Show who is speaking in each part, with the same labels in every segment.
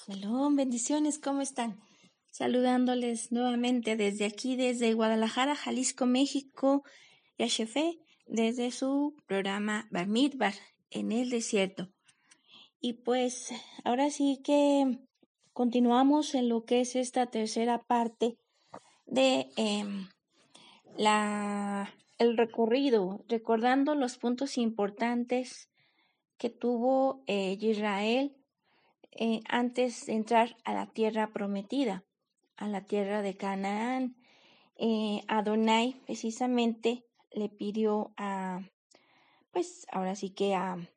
Speaker 1: Shalom, bendiciones, ¿cómo están? Saludándoles nuevamente desde aquí, desde Guadalajara, Jalisco, México, Yashefe, desde su programa Bamidbar en el desierto. Y pues ahora sí que continuamos en lo que es esta tercera parte de el recorrido, recordando los puntos importantes que tuvo Israel antes de entrar a la tierra prometida, a la tierra de Canaán. Adonai precisamente le pidió ahora sí que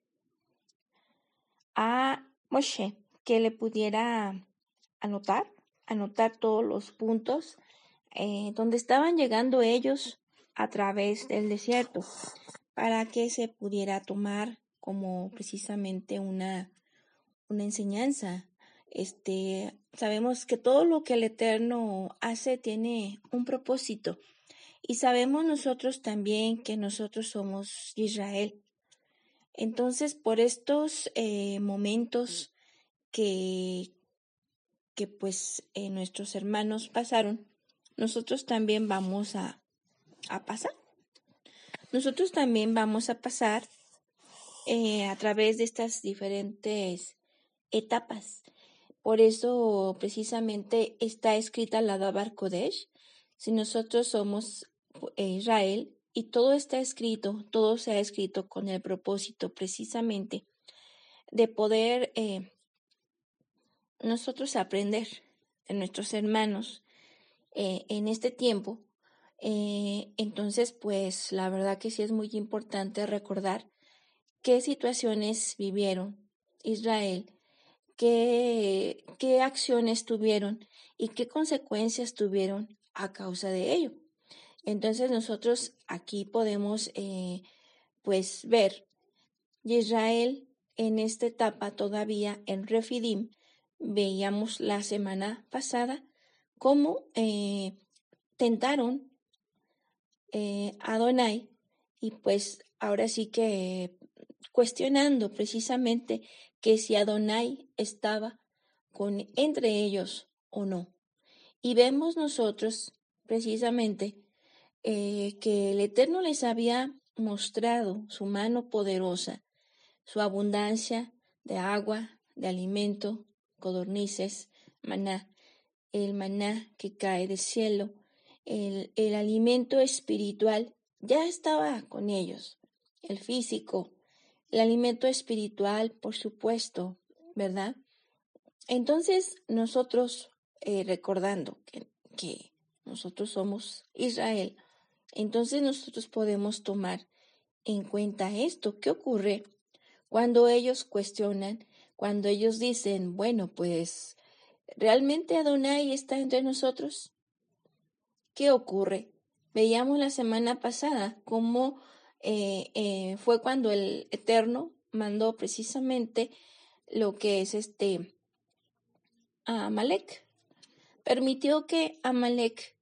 Speaker 1: a Moshe que le pudiera anotar todos los puntos donde estaban llegando ellos a través del desierto, para que se pudiera tomar como precisamente una enseñanza. Sabemos que todo lo que el Eterno hace tiene un propósito, y sabemos nosotros también que nosotros somos Israel. Entonces, por estos momentos que pues nuestros hermanos pasaron, nosotros también vamos a pasar. Nosotros también vamos a pasar a través de estas diferentes etapas. Por eso precisamente está escrita la Dabar Kodesh. Si nosotros somos Israel, y todo está escrito, todo se ha escrito con el propósito precisamente de poder nosotros aprender de nuestros hermanos en este tiempo. Entonces, pues la verdad que sí es muy importante recordar qué situaciones vivieron Israel, qué acciones tuvieron y qué consecuencias tuvieron a causa de ello. Entonces nosotros aquí podemos pues ver Israel en esta etapa todavía en Refidim. Veíamos la semana pasada cómo tentaron a Adonai, y pues ahora sí que cuestionando precisamente que si Adonai estaba entre ellos o no. Y vemos nosotros precisamente que el Eterno les había mostrado su mano poderosa, su abundancia de agua, de alimento, codornices, maná, el maná que cae del cielo, el alimento espiritual ya estaba con ellos, el físico, el alimento espiritual, por supuesto, ¿verdad? Entonces nosotros, recordando que nosotros somos Israel, entonces nosotros podemos tomar en cuenta esto. ¿Qué ocurre cuando ellos cuestionan, cuando ellos dicen, bueno, pues, ¿realmente Adonai está entre nosotros? ¿Qué ocurre? Veíamos la semana pasada cómo fue cuando el Eterno mandó precisamente lo que es a Amalek. Permitió que Amalek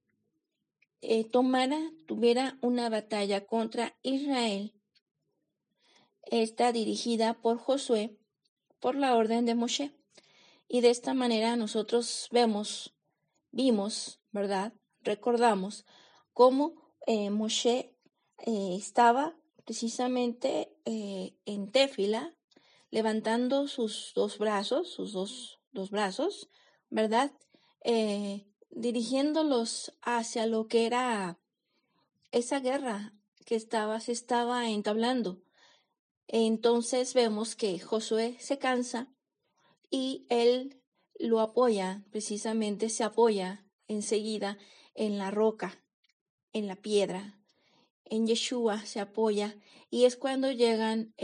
Speaker 1: tuviera una batalla contra Israel. Está dirigida por Josué por la orden de Moshe. Y de esta manera nosotros vimos, ¿verdad? Recordamos cómo Moshe estaba precisamente en Téfila, levantando sus dos brazos, ¿verdad? Dirigiéndolos hacia lo que era esa guerra que se estaba entablando. Entonces vemos que Josué se cansa y él lo apoya, precisamente se apoya enseguida en la roca, en la piedra, en Yeshua se apoya, y es cuando llegan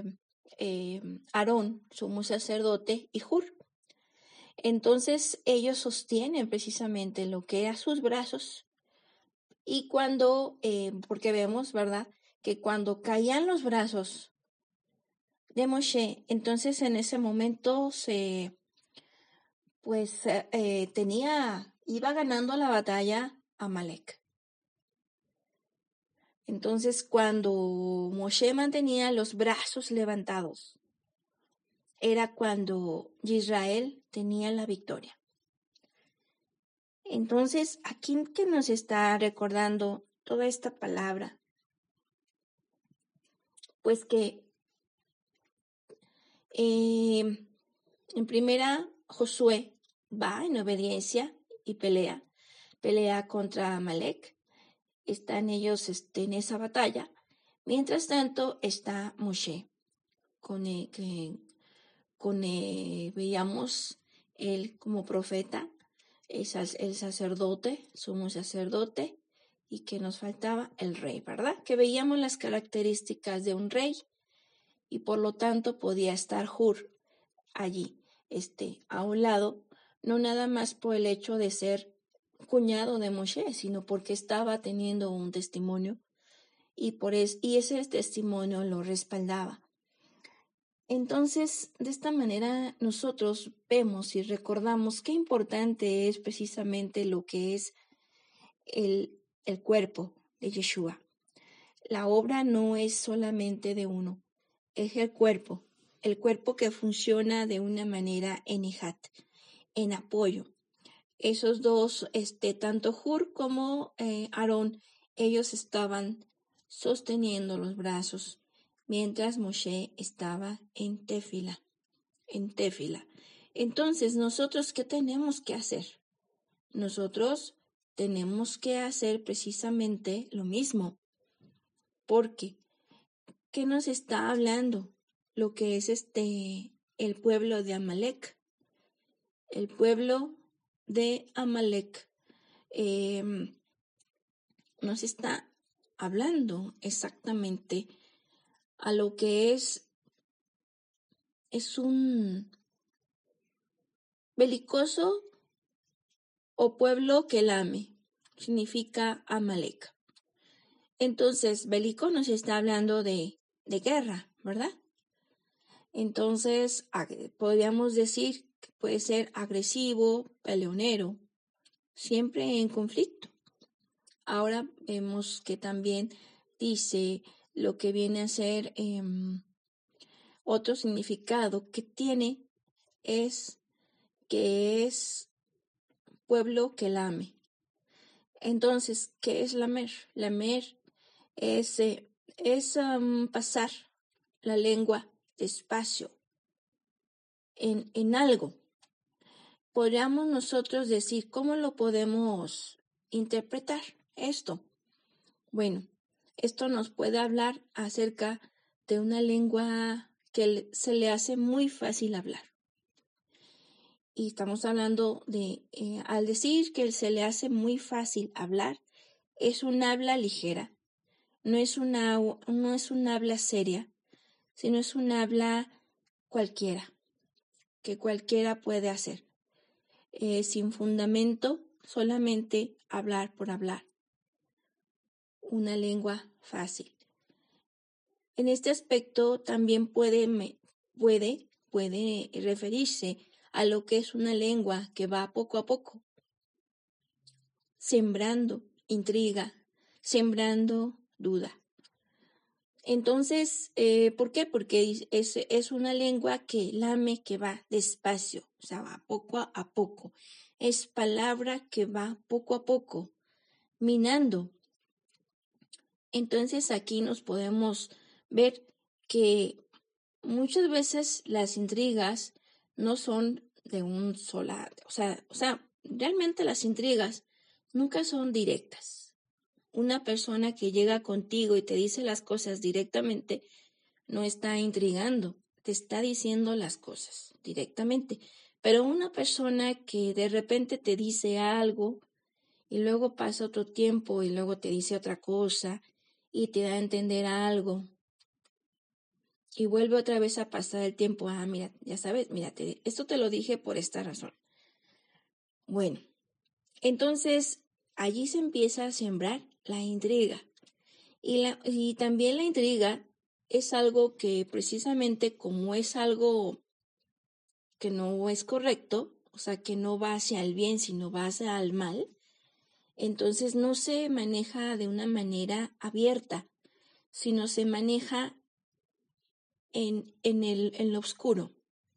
Speaker 1: Aarón, sumo sacerdote, y Hur. Entonces ellos sostienen precisamente lo que era sus brazos, y cuando, porque vemos, ¿verdad?, que cuando caían los brazos de Moshe, entonces en ese momento iba ganando la batalla Amalek. Entonces, cuando Moshe mantenía los brazos levantados, era cuando Israel tenía la victoria. Entonces, aquí que nos está recordando toda esta palabra, pues que en primera Josué va en obediencia y pelea contra Amalek. Están ellos en esa batalla. Mientras tanto está Moshe, veíamos él como profeta, el sacerdote, sumo sacerdote, y que nos faltaba el rey, ¿verdad? Que veíamos las características de un rey y por lo tanto podía estar Hur allí, a un lado, no nada más por el hecho de ser cuñado de Moshe, sino porque estaba teniendo un testimonio y ese testimonio lo respaldaba. Entonces, de esta manera nosotros vemos y recordamos qué importante es precisamente lo que es el cuerpo de Yeshua. La obra no es solamente de uno, es el cuerpo que funciona de una manera en apoyo. Esos dos, tanto Hur como Aarón, ellos estaban sosteniendo los brazos, mientras Moshe estaba en Tefila. Entonces, ¿nosotros qué tenemos que hacer? Nosotros tenemos que hacer precisamente lo mismo, porque ¿qué nos está hablando? Lo que es el pueblo de Amalek. El pueblo de Amalek nos está hablando exactamente a lo que es un belicoso o pueblo que lame, significa Amalek. Entonces, bélico nos está hablando de guerra, ¿verdad? Entonces, podríamos decir que puede ser agresivo, peleonero, siempre en conflicto. Ahora vemos que también dice lo que viene a ser otro significado que tiene es que es pueblo que lame. Entonces, ¿qué es lamer? Lamer es pasar la lengua despacio en algo. Podríamos nosotros decir, ¿cómo lo podemos interpretar esto? Bueno, esto nos puede hablar acerca de una lengua que se le hace muy fácil hablar. Y estamos hablando de, al decir que se le hace muy fácil hablar, es un habla ligera, no es un habla seria, sino es un habla cualquiera, que cualquiera puede hacer, sin fundamento, solamente hablar por hablar. Una lengua fácil. En este aspecto también puede referirse a lo que es una lengua que va poco a poco, sembrando intriga, sembrando duda. Entonces, ¿por qué? Porque es una lengua que lame, que va despacio, o sea, va poco a poco. Es palabra que va poco a poco, minando. Entonces aquí nos podemos ver que muchas veces las intrigas no son de un sola, o sea, realmente las intrigas nunca son directas. Una persona que llega contigo y te dice las cosas directamente no está intrigando, te está diciendo las cosas directamente. Pero una persona que de repente te dice algo y luego pasa otro tiempo y luego te dice otra cosa y te da a entender algo y vuelve otra vez a pasar el tiempo, mira, ya sabes, mira, esto te lo dije por esta razón. Bueno, entonces allí se empieza a sembrar la intriga y también la intriga es algo que precisamente como es algo que no es correcto, o sea, que no va hacia el bien, sino va hacia el mal, entonces no se maneja de una manera abierta, sino se maneja en lo oscuro.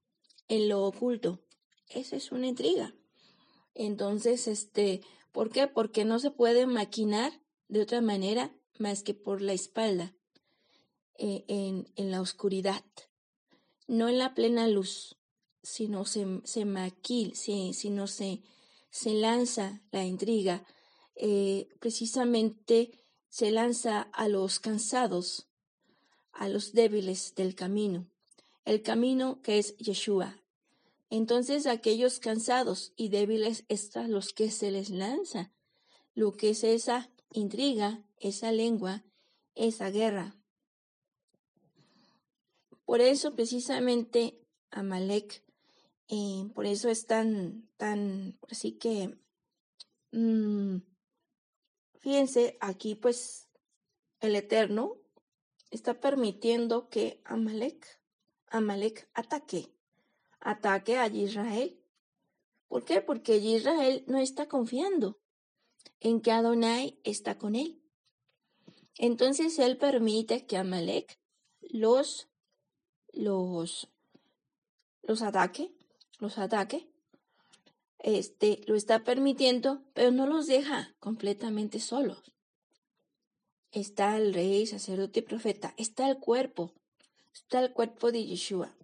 Speaker 1: en lo oculto. Esa es una intriga. Entonces, ¿por qué? Porque no se puede maquinar de otra manera más que por la espalda, en la oscuridad, no en la plena luz, sino sino se lanza la intriga, precisamente se lanza a los cansados, a los débiles del camino, el camino que es Yeshua. Entonces aquellos cansados y débiles están los que se les lanza, lo que es esa intriga, esa lengua, esa guerra. Por eso precisamente Amalek, por eso es tan, así que, fíjense, aquí pues el Eterno está permitiendo que Amalek ataque a Israel. ¿Por qué? Porque Israel no está confiando en que Adonai está con él. Entonces él permite que Amalek los ataque, lo está permitiendo, pero no los deja completamente solos. Está el rey, sacerdote y profeta, está el cuerpo de Yeshua,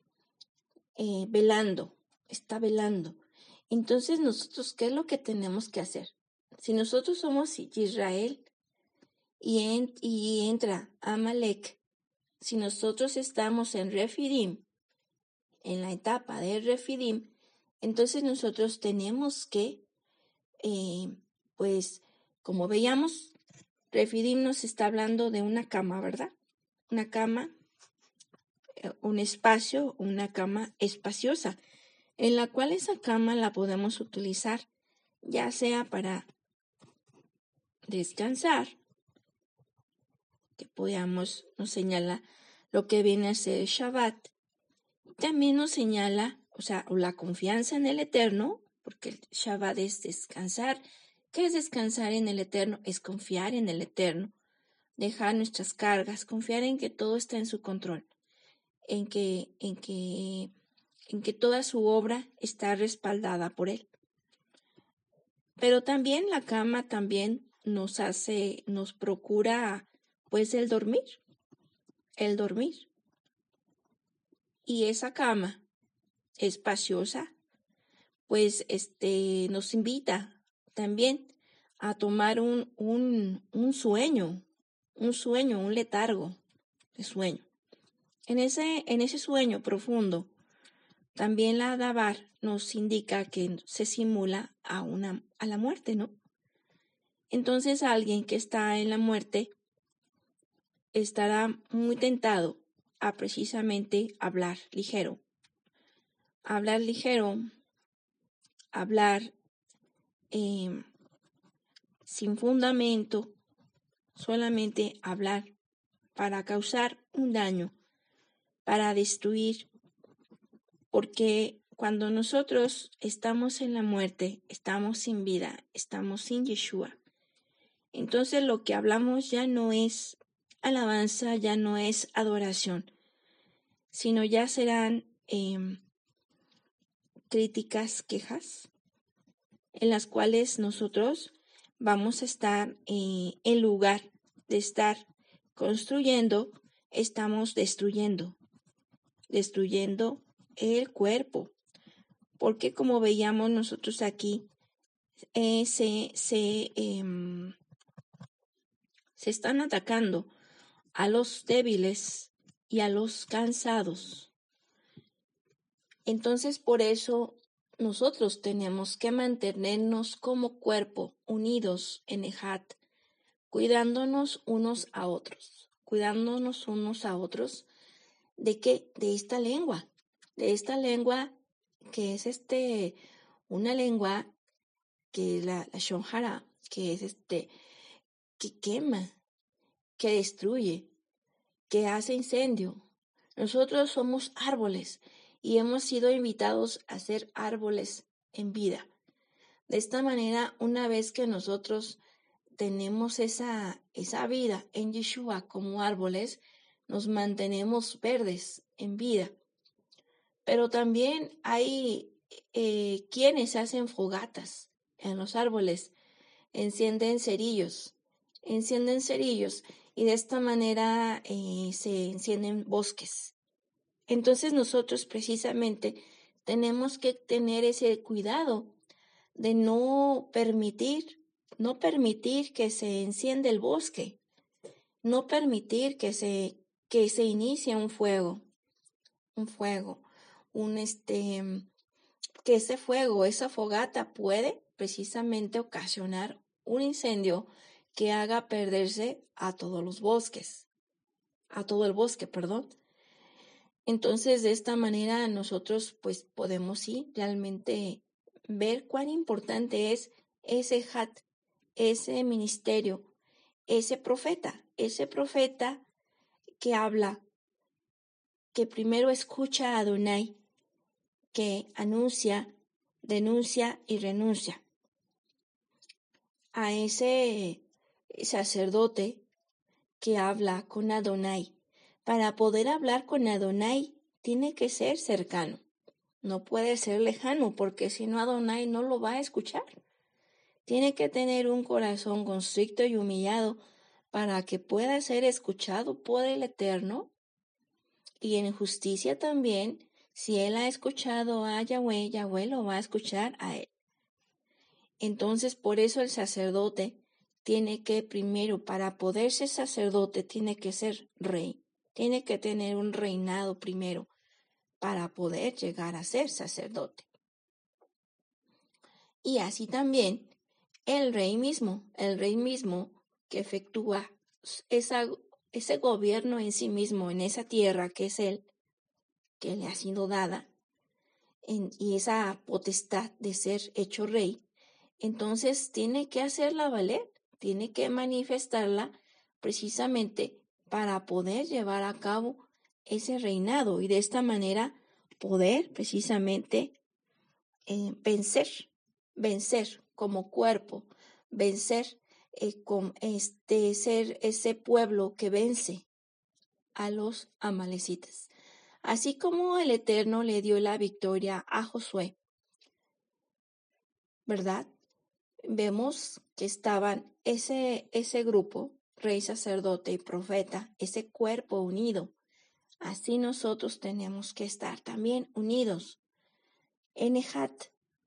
Speaker 1: está velando. Entonces nosotros, ¿qué es lo que tenemos que hacer? Si nosotros somos Israel y entra Amalek, si nosotros estamos en Refidim, en la etapa de Refidim, entonces nosotros tenemos que, pues, como veíamos, Refidim nos está hablando de una cama, ¿verdad? Una cama, un espacio, una cama espaciosa, en la cual esa cama la podemos utilizar, ya sea para descansar, que nos señala lo que viene a ser Shabbat. También nos señala, o la confianza en el Eterno, porque el Shabbat es descansar. ¿Qué es descansar en el Eterno? Es confiar en el Eterno, dejar nuestras cargas, confiar en que todo está en su control, en que toda su obra está respaldada por Él. Pero también la cama también nos procura, pues, el dormir. Y esa cama espaciosa, pues, nos invita también a tomar un sueño, un letargo de sueño. En ese sueño profundo, también la Dabar nos indica que se simula a la muerte, ¿no? Entonces alguien que está en la muerte estará muy tentado a precisamente hablar ligero, sin fundamento, solamente hablar para causar un daño, para destruir, porque cuando nosotros estamos en la muerte, estamos sin vida, estamos sin Yeshua. Entonces lo que hablamos ya no es alabanza, ya no es adoración, sino ya serán críticas, quejas, en las cuales nosotros vamos a estar, en lugar de estar construyendo, estamos destruyendo el cuerpo, porque como veíamos nosotros aquí, se están atacando a los débiles y a los cansados. Entonces, por eso nosotros tenemos que mantenernos como cuerpo unidos en Ejat, cuidándonos unos a otros. ¿De qué? De esta lengua que es una lengua que la Shonjara, que es que quema, que destruye, que hace incendio. Nosotros somos árboles y hemos sido invitados a ser árboles en vida. De esta manera, una vez que nosotros tenemos esa vida en Yeshua como árboles, nos mantenemos verdes en vida. Pero también hay quienes hacen fogatas en los árboles, encienden cerillos, y de esta manera se encienden bosques. Entonces nosotros precisamente tenemos que tener ese cuidado de no permitir que se encienda el bosque, no permitir que se inicie un fuego, que ese fuego, esa fogata puede precisamente ocasionar un incendio que haga perderse a todos los bosques, a todo el bosque, perdón. Entonces, de esta manera nosotros pues podemos sí realmente ver cuán importante es ese hat, ese ministerio, ese profeta que habla, que primero escucha a Adonai, que anuncia, denuncia y renuncia. A ese sacerdote que habla con Adonai. Para poder hablar con Adonai tiene que ser cercano. No puede ser lejano, porque si no Adonai no lo va a escuchar. Tiene que tener un corazón constricto y humillado para que pueda ser escuchado por el Eterno. Y en justicia también, si él ha escuchado a Yahweh, Yahweh lo va a escuchar a él. Entonces, por eso el sacerdote tiene que primero, para poder ser sacerdote, tiene que ser rey. Tiene que tener un reinado primero para poder llegar a ser sacerdote. Y así también el rey mismo que efectúa ese gobierno en sí mismo, en esa tierra que es él, que le ha sido dada, y esa potestad de ser hecho rey, entonces tiene que hacerla valer, tiene que manifestarla precisamente para poder llevar a cabo ese reinado y de esta manera poder precisamente vencer como cuerpo, vencer ser ese pueblo que vence a los amalecitas. Así como el Eterno le dio la victoria a Josué, ¿verdad? Vemos que estaban ese grupo, rey, sacerdote y profeta, ese cuerpo unido. Así nosotros tenemos que estar también unidos en Ejat.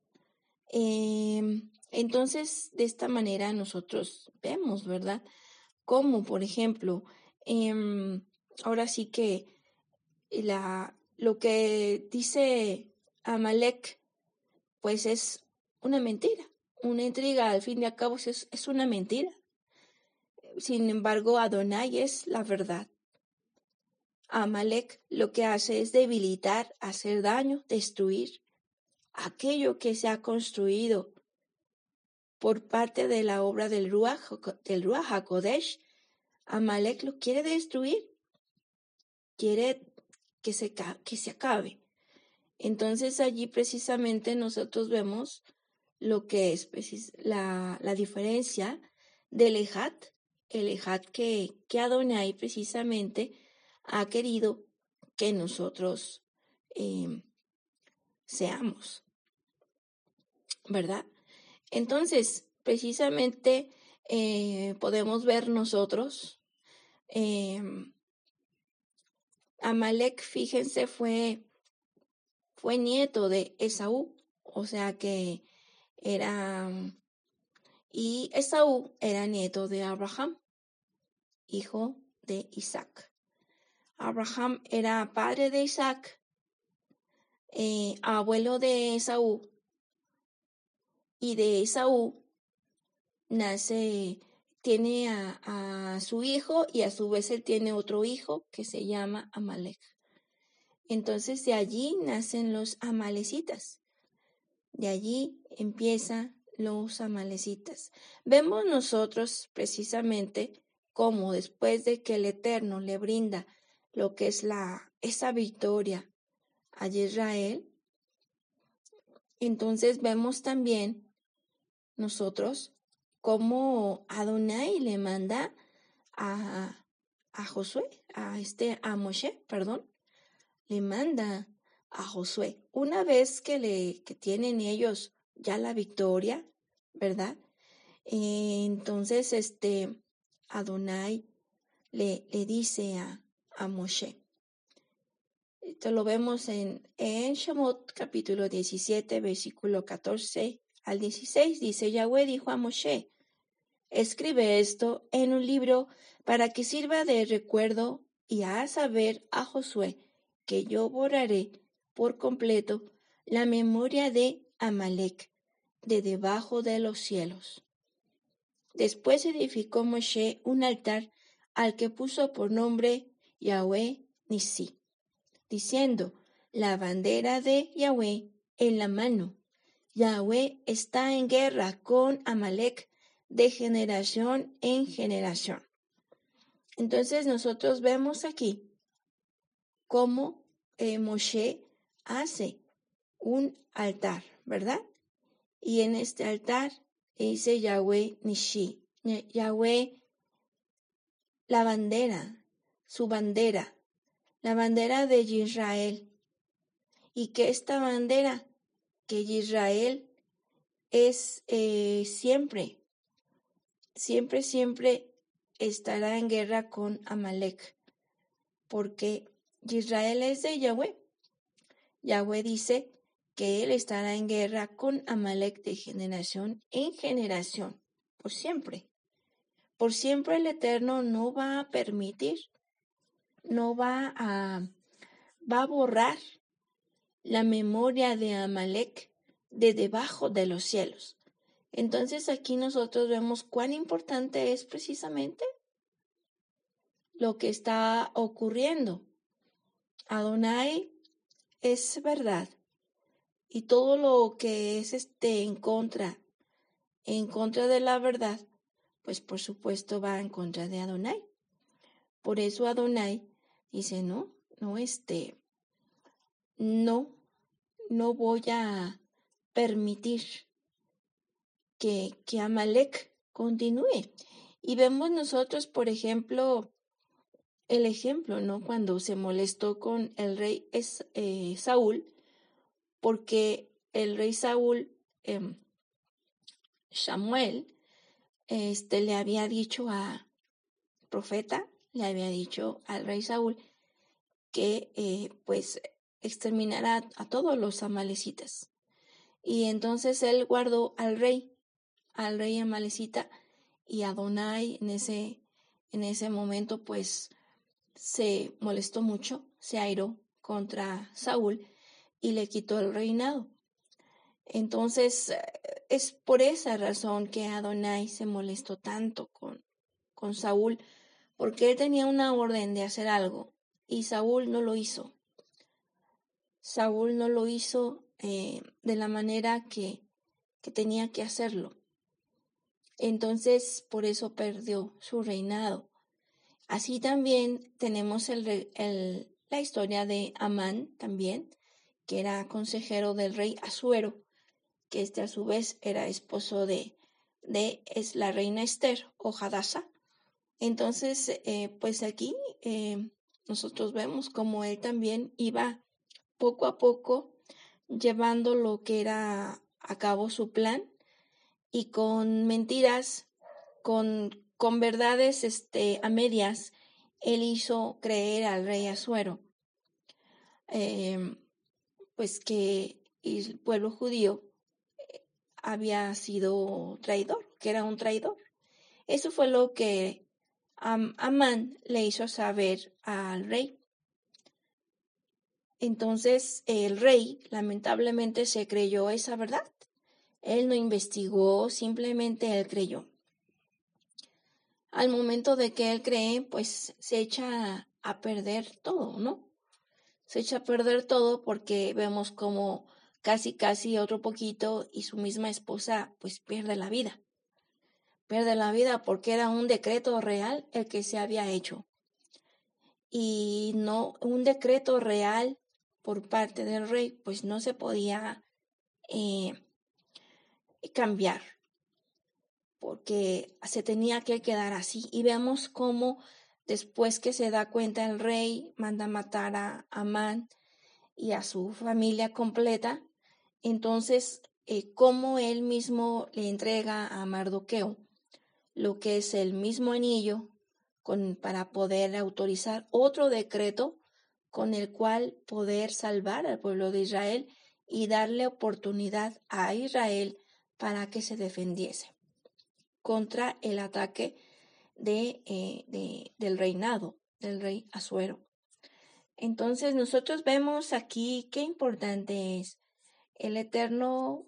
Speaker 1: Entonces, de esta manera nosotros vemos, ¿verdad? Como, por ejemplo, ahora sí que lo que dice Amalek, pues es una mentira, una intriga, al fin y al cabo es una mentira. Sin embargo, Adonai es la verdad. Amalek lo que hace es debilitar, hacer daño, destruir aquello que se ha construido por parte de la obra del Ruach HaKodesh. Amalek lo quiere destruir, quiere que se acabe. Entonces allí precisamente nosotros vemos lo que es la diferencia del Ejat, el Ejat que Adonai precisamente ha querido que nosotros seamos, ¿verdad? Entonces, precisamente podemos ver nosotros, Amalek, fíjense, fue nieto de Esaú, o sea que y Esaú era nieto de Abraham, hijo de Isaac. Abraham era padre de Isaac, abuelo de Esaú, y de Esaú tiene a su hijo y a su vez él tiene otro hijo que se llama Amalek. Entonces de allí nacen los amalecitas, de allí empiezan los amalecitas. Vemos nosotros precisamente cómo después de que el Eterno le brinda lo que es esa victoria a Israel, entonces vemos también nosotros cómo Adonai le manda a Josué, a Moshe, le manda a Josué. Una vez que tienen ellos ya la victoria, ¿verdad? Entonces, Adonai le dice a Moshe. Esto lo vemos en Shemot capítulo 17, versículo 14 al 16. Dice, Yahweh dijo a Moshe, escribe esto en un libro para que sirva de recuerdo y haz saber a Josué que yo borraré por completo la memoria de Amalek de debajo de los cielos. Después edificó Moshe un altar al que puso por nombre Yahweh Nisí, diciendo, la bandera de Yahweh en la mano. Yahweh está en guerra con Amalek de generación en generación. Entonces nosotros vemos aquí cómo Moshe hace un altar, ¿verdad? Y en este altar dice Yahweh Nishi, Yahweh la bandera, su bandera, la bandera de Israel. Y que esta bandera, que Israel es siempre estará en guerra con Amalek, porque Israel es de Yahweh. Yahweh dice que él estará en guerra con Amalek de generación en generación, por siempre. Por siempre el Eterno no va a permitir, va a borrar la memoria de Amalek de debajo de los cielos. Entonces aquí nosotros vemos cuán importante es precisamente lo que está ocurriendo. Adonai es verdad y todo lo que es en contra de la verdad, pues por supuesto va en contra de Adonai. Por eso Adonai dice, no voy a permitir que Amalek continúe. Y vemos nosotros, por ejemplo, el ejemplo, ¿no? Cuando se molestó con el rey Saúl, porque el rey Saúl, Samuel, le había dicho profeta, le había dicho al rey Saúl que pues exterminara a todos los amalecitas. Y entonces él guardó al rey amalecita, y Adonai en ese momento pues se molestó mucho, se airó contra Saúl y le quitó el reinado. Entonces es por esa razón que Adonai se molestó tanto con Saúl, porque él tenía una orden de hacer algo y Saúl no lo hizo. Saúl no lo hizo de la manera que tenía que hacerlo. Entonces, por eso perdió su reinado. Así también tenemos la historia de Amán también, que era consejero del rey Asuero, que a su vez era esposo de la reina Esther o Hadasa. Entonces, pues aquí nosotros vemos como él también iba poco a poco llevando lo que era a cabo su plan, y con mentiras, con verdades a medias, él hizo creer al rey Asuero pues que el pueblo judío había sido traidor, que era un traidor. Eso fue lo que Amán le hizo saber al rey. Entonces el rey lamentablemente se creyó esa verdad. Él no investigó, simplemente él creyó. Al momento de que él cree, pues se echa a perder todo, ¿no? Se echa a perder todo porque vemos como casi otro poquito y su misma esposa pues pierde la vida. Pierde la vida porque era un decreto real el que se había hecho. Y no un decreto real por parte del rey, pues no se podía cambiar, porque se tenía que quedar así. Y vemos cómo después que se da cuenta el rey manda matar a Amán, y a su familia completa. Entonces, cómo él mismo le entrega a Mardoqueo lo que es el mismo anillo para poder autorizar otro decreto con el cual poder salvar al pueblo de Israel y darle oportunidad a Israel para que se defendiese contra el ataque del reinado del rey Asuero. Entonces nosotros vemos aquí qué importante es. El Eterno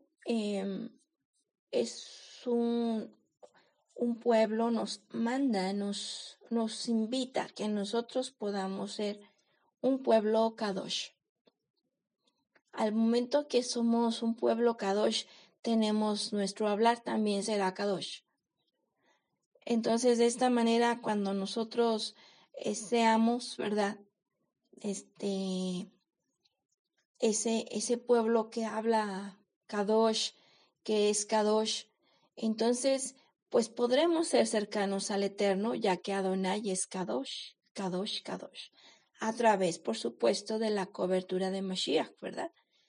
Speaker 1: es un pueblo, nos manda, nos invita a que nosotros podamos ser un pueblo Kadosh. Al momento que somos un pueblo Kadosh, tenemos nuestro hablar también será Kadosh. Entonces, de esta manera, cuando nosotros seamos, ¿verdad? Ese pueblo que habla Kadosh, que es Kadosh, entonces, pues podremos ser cercanos al Eterno, ya que Adonai es Kadosh, Kadosh, Kadosh, a través, por supuesto, de la cobertura de Mashiach, ¿verdad?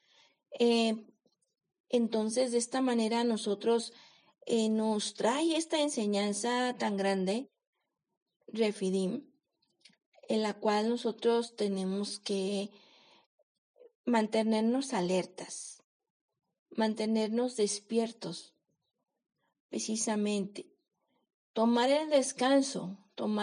Speaker 1: Entonces, de esta manera, nosotros nos trae esta enseñanza tan grande, Refidim, en la cual nosotros tenemos que mantenernos alertas, mantenernos despiertos, precisamente, tomar el descanso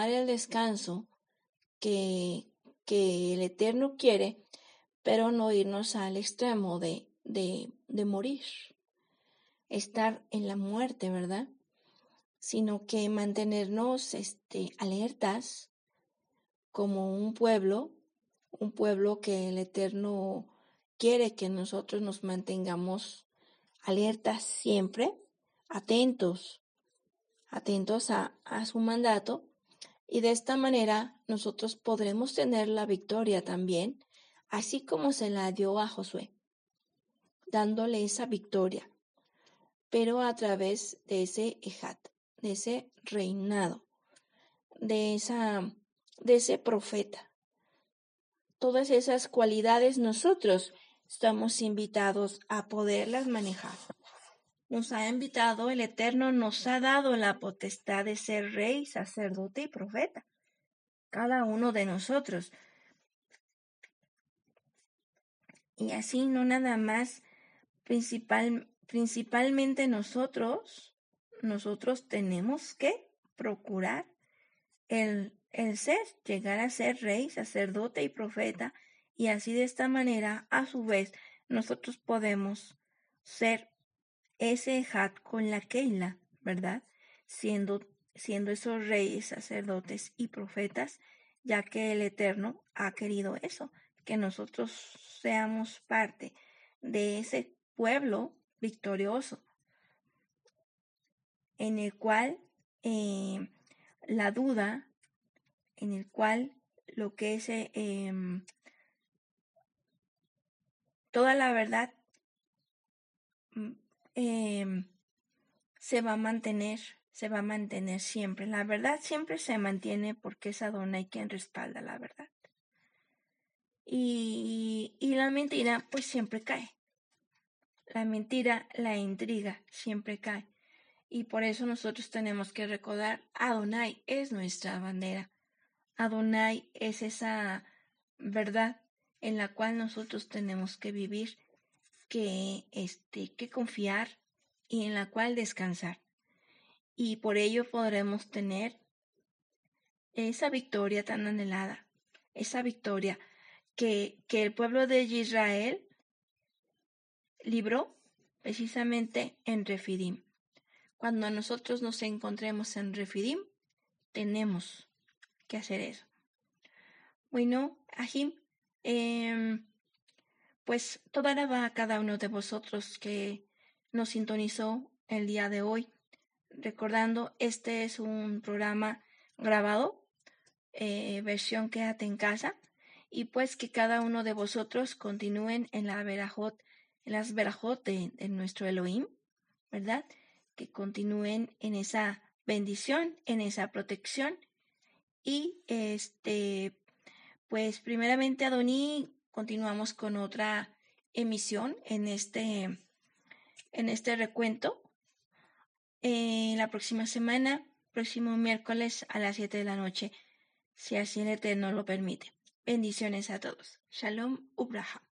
Speaker 1: que el Eterno quiere, pero no irnos al extremo de morir, estar en la muerte, ¿verdad? Sino que mantenernos alertas como un pueblo que el Eterno quiere que nosotros nos mantengamos alertas siempre, atentos a su mandato, y de esta manera nosotros podremos tener la victoria también, así como se la dio a Josué, dándole esa victoria, pero a través de ese ejat, de ese reinado, de ese profeta. Todas esas cualidades nosotros estamos invitados a poderlas manejar. Nos ha invitado, el Eterno nos ha dado la potestad de ser rey, sacerdote y profeta. Cada uno de nosotros. Y así no nada más, principalmente nosotros tenemos que procurar el llegar a ser rey, sacerdote y profeta, y así de esta manera, a su vez, nosotros podemos ser ese Ejat con la Keila, ¿verdad? Siendo esos reyes, sacerdotes y profetas, ya que el Eterno ha querido eso, que nosotros seamos parte de ese pueblo victorioso, en el cual la duda, en el cual lo que es toda la verdad se va a mantener siempre. La verdad siempre se mantiene porque es Adonai quien respalda la verdad. Y la mentira pues siempre cae. La mentira, la intriga siempre cae. Y por eso nosotros tenemos que recordar, Adonai es nuestra bandera. Adonai es esa verdad en la cual nosotros tenemos que vivir, que confiar y en la cual descansar. Y por ello podremos tener esa victoria tan anhelada, esa victoria que el pueblo de Israel libró precisamente en Refidim. Cuando nosotros nos encontremos en Refidim, tenemos que hacer eso. Bueno, Ajim, pues toda la va a cada uno de vosotros que nos sintonizó el día de hoy. Recordando, este es un programa grabado, versión Quédate en casa, y pues que cada uno de vosotros continúen en las verajot de nuestro Elohim, ¿verdad? Que continúen en esa bendición, en esa protección, y pues primeramente, Adoní, continuamos con otra emisión en este recuento. La próxima semana, próximo miércoles a las 7 de la noche, si así el Eterno lo permite. Bendiciones a todos. Shalom Ubraha.